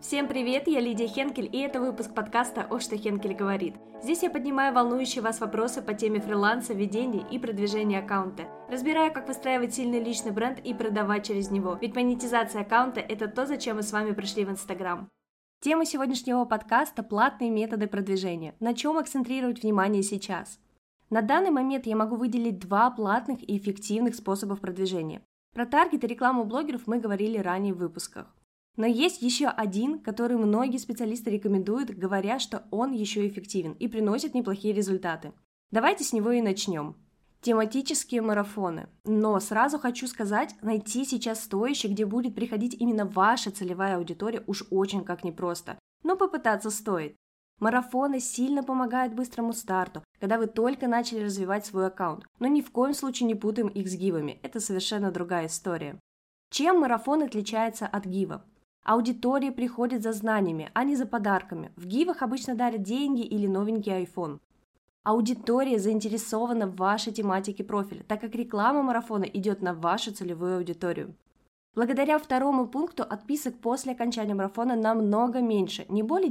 Всем привет, я Лидия Хенкель, и это выпуск подкаста «О, что Хенкель говорит». Здесь я поднимаю волнующие вас вопросы по теме фриланса, ведения и продвижения аккаунта. Разбираю, как выстраивать сильный личный бренд и продавать через него, ведь монетизация аккаунта – это то, зачем мы с вами пришли в Инстаграм. Тема сегодняшнего подкаста – платные методы продвижения. На чем акцентрировать внимание сейчас? На данный момент я могу выделить два платных и эффективных способа продвижения. Про таргет и рекламу блогеров мы говорили ранее в выпусках. Но есть еще один, который многие специалисты рекомендуют, говоря, что он еще эффективен и приносит неплохие результаты. Давайте с него и начнем. Тематические марафоны. Но сразу хочу сказать, найти сейчас стоящий, где будет приходить именно ваша целевая аудитория, уж очень как непросто. Но попытаться стоит. Марафоны сильно помогают быстрому старту, когда вы только начали развивать свой аккаунт. Но ни в коем случае не путаем их с гивами. Это совершенно другая история. Чем марафон отличается от гива? Аудитория приходит за знаниями, а не за подарками. В гивах обычно дарят деньги или новенький iPhone. Аудитория заинтересована в вашей тематике профиля, так как реклама марафона идет на вашу целевую аудиторию. Благодаря второму пункту отписок после окончания марафона намного меньше, не более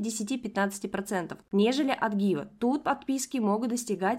10-15%, нежели от гива. Тут отписки могут достигать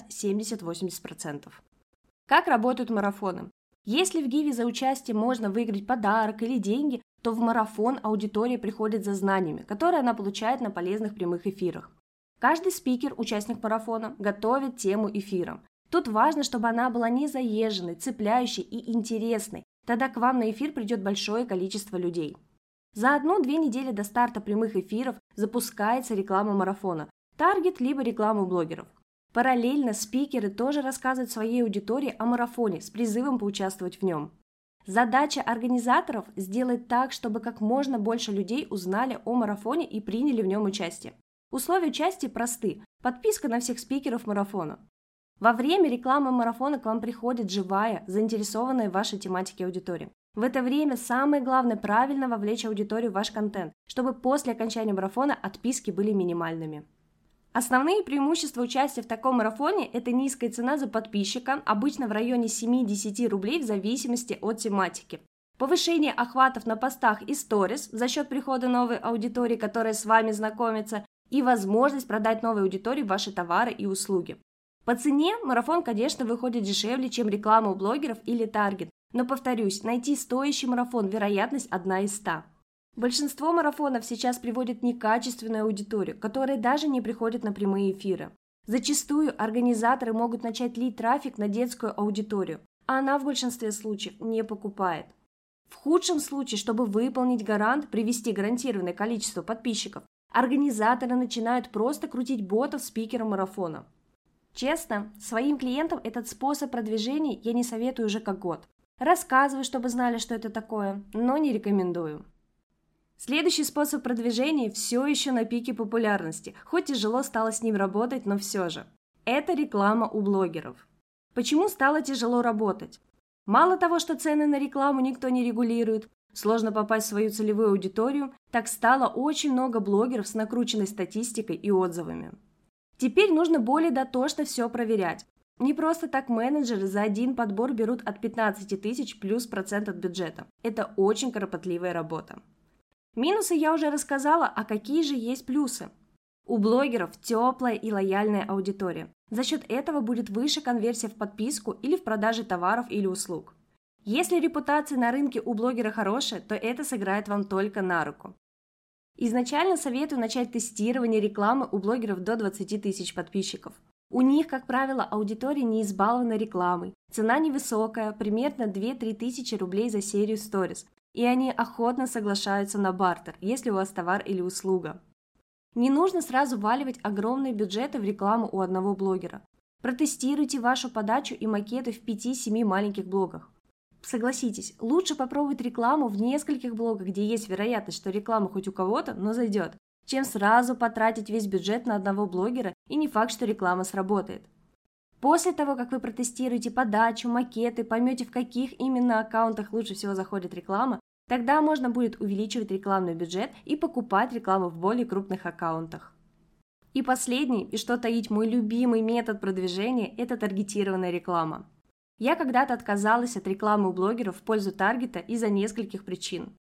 70-80%. Как работают марафоны? Если в гиве за участие можно выиграть подарок или деньги, то в марафон аудитория приходит за знаниями, которые она получает на полезных прямых эфирах. Каждый спикер, участник марафона, готовит тему эфира. Тут важно, чтобы она была не заезженной, цепляющей и интересной, тогда к вам на эфир придет большое количество людей. За 1-2 недели до старта прямых эфиров запускается реклама марафона, таргет либо рекламу блогеров. Параллельно спикеры тоже рассказывают своей аудитории о марафоне с призывом поучаствовать в нем. Задача организаторов – сделать так, чтобы как можно больше людей узнали о марафоне и приняли в нем участие. Условия участия просты – подписка на всех спикеров марафона. Во время рекламы марафона к вам приходит живая, заинтересованная в вашей тематике аудитория. В это время самое главное – правильно вовлечь аудиторию в ваш контент, чтобы после окончания марафона отписки были минимальными. Основные преимущества участия в таком марафоне – это низкая цена за подписчика, обычно в районе 7-10 рублей в зависимости от тематики. Повышение охватов на постах и сторис за счет прихода новой аудитории, которая с вами знакомится, и возможность продать новой аудитории ваши товары и услуги. По цене марафон, конечно, выходит дешевле, чем реклама у блогеров или таргет, но, повторюсь, найти стоящий марафон – вероятность 1 из 100. Большинство марафонов сейчас приводят некачественную аудиторию, которая даже не приходит на прямые эфиры. Зачастую организаторы могут начать лить трафик на детскую аудиторию, а она в большинстве случаев не покупает. В худшем случае, чтобы выполнить гарант, привести гарантированное количество подписчиков, организаторы начинают просто крутить ботов спикера марафона. Честно, своим клиентам этот способ продвижения я не советую уже как год. Рассказываю, чтобы знали, что это такое, но не рекомендую. Следующий способ продвижения все еще на пике популярности, хоть тяжело стало с ним работать, но все же. Это реклама у блогеров. Почему стало тяжело работать? Мало того, что цены на рекламу никто не регулирует, сложно попасть в свою целевую аудиторию, так стало очень много блогеров с накрученной статистикой и отзывами. Теперь нужно более дотошно все проверять. Не просто так менеджеры за один подбор берут от 15 тысяч плюс процент от бюджета. Это очень кропотливая работа. Минусы я уже рассказала, а какие же есть плюсы? У блогеров теплая и лояльная аудитория. За счет этого будет выше конверсия в подписку или в продаже товаров или услуг. Если репутация на рынке у блогера хорошая, то это сыграет вам только на руку. Изначально советую начать тестирование рекламы у блогеров до 20 тысяч подписчиков. У них, как правило, аудитория не избалована рекламой, цена невысокая, примерно 2-3 тысячи рублей за серию сторис, и они охотно соглашаются на бартер, если у вас товар или услуга. Не нужно сразу вваливать огромные бюджеты в рекламу у одного блогера. Протестируйте вашу подачу и макеты в 5-7 маленьких блогах. Согласитесь, лучше попробовать рекламу в нескольких блогах, где есть вероятность, что реклама хоть у кого-то, но зайдет, чем сразу потратить весь бюджет на одного блогера и не факт, что реклама сработает. После того, как вы протестируете подачу, макеты, поймете, в каких именно аккаунтах лучше всего заходит реклама, тогда можно будет увеличивать рекламный бюджет и покупать рекламу в более крупных аккаунтах. И последний, и что таить, мой любимый метод продвижения – это таргетированная реклама. Я когда-то отказалась от рекламы у блогеров в пользу таргета из-за нескольких причин.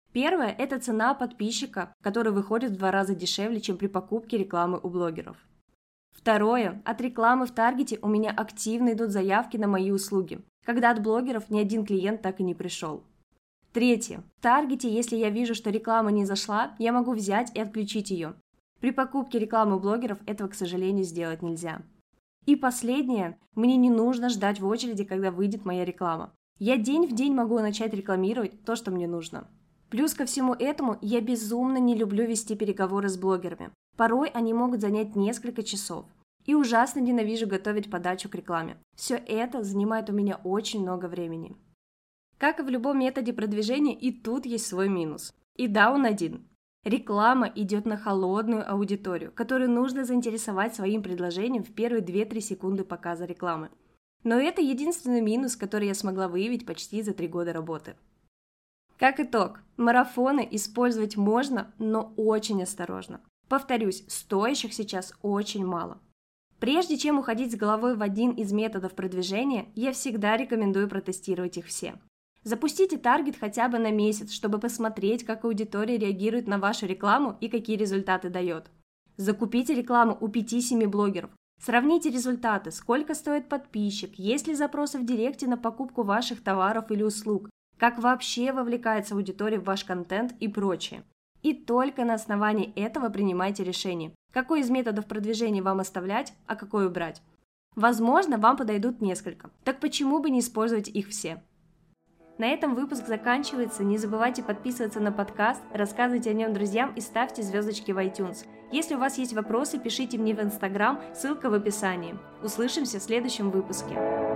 Первое – это цена подписчика, который выходит в 2 раза дешевле, чем при покупке рекламы у блогеров. Второе – от рекламы в таргете у меня активно идут заявки на мои услуги, когда от блогеров ни один клиент так и не пришел. Третье – в таргете, если я вижу, что реклама не зашла, я могу взять и отключить ее. При покупке рекламы у блогеров этого, к сожалению, сделать нельзя. И последнее – мне не нужно ждать в очереди, когда выйдет моя реклама. Я день в день могу начать рекламировать то, что мне нужно. Плюс ко всему этому я безумно не люблю вести переговоры с блогерами. Порой они могут занять несколько часов. И ужасно ненавижу готовить подачу к рекламе. Все это занимает у меня очень много времени. Как и в любом методе продвижения, и тут есть свой минус. И да, он один. Реклама идет на холодную аудиторию, которую нужно заинтересовать своим предложением в первые 2-3 секунды показа рекламы. Но это единственный минус, который я смогла выявить почти за 3 года работы. Как итог, марафоны использовать можно, но очень осторожно. Повторюсь, стоящих сейчас очень мало. Прежде чем уходить с головой в один из методов продвижения, я всегда рекомендую протестировать их все. Запустите таргет хотя бы на месяц, чтобы посмотреть, как аудитория реагирует на вашу рекламу и какие результаты дает. Закупите рекламу у 5-7 блогеров. Сравните результаты, сколько стоит подписчик, есть ли запросы в директе на покупку ваших товаров или услуг, как вообще вовлекается аудитория в ваш контент и прочее. И только на основании этого принимайте решение, какой из методов продвижения вам оставлять, а какой убрать. Возможно, вам подойдут несколько, так почему бы не использовать их все? На этом выпуск заканчивается. Не забывайте подписываться на подкаст, рассказывайте о нем друзьям и ставьте звездочки в iTunes. Если у вас есть вопросы, пишите мне в Instagram, ссылка в описании. Услышимся в следующем выпуске.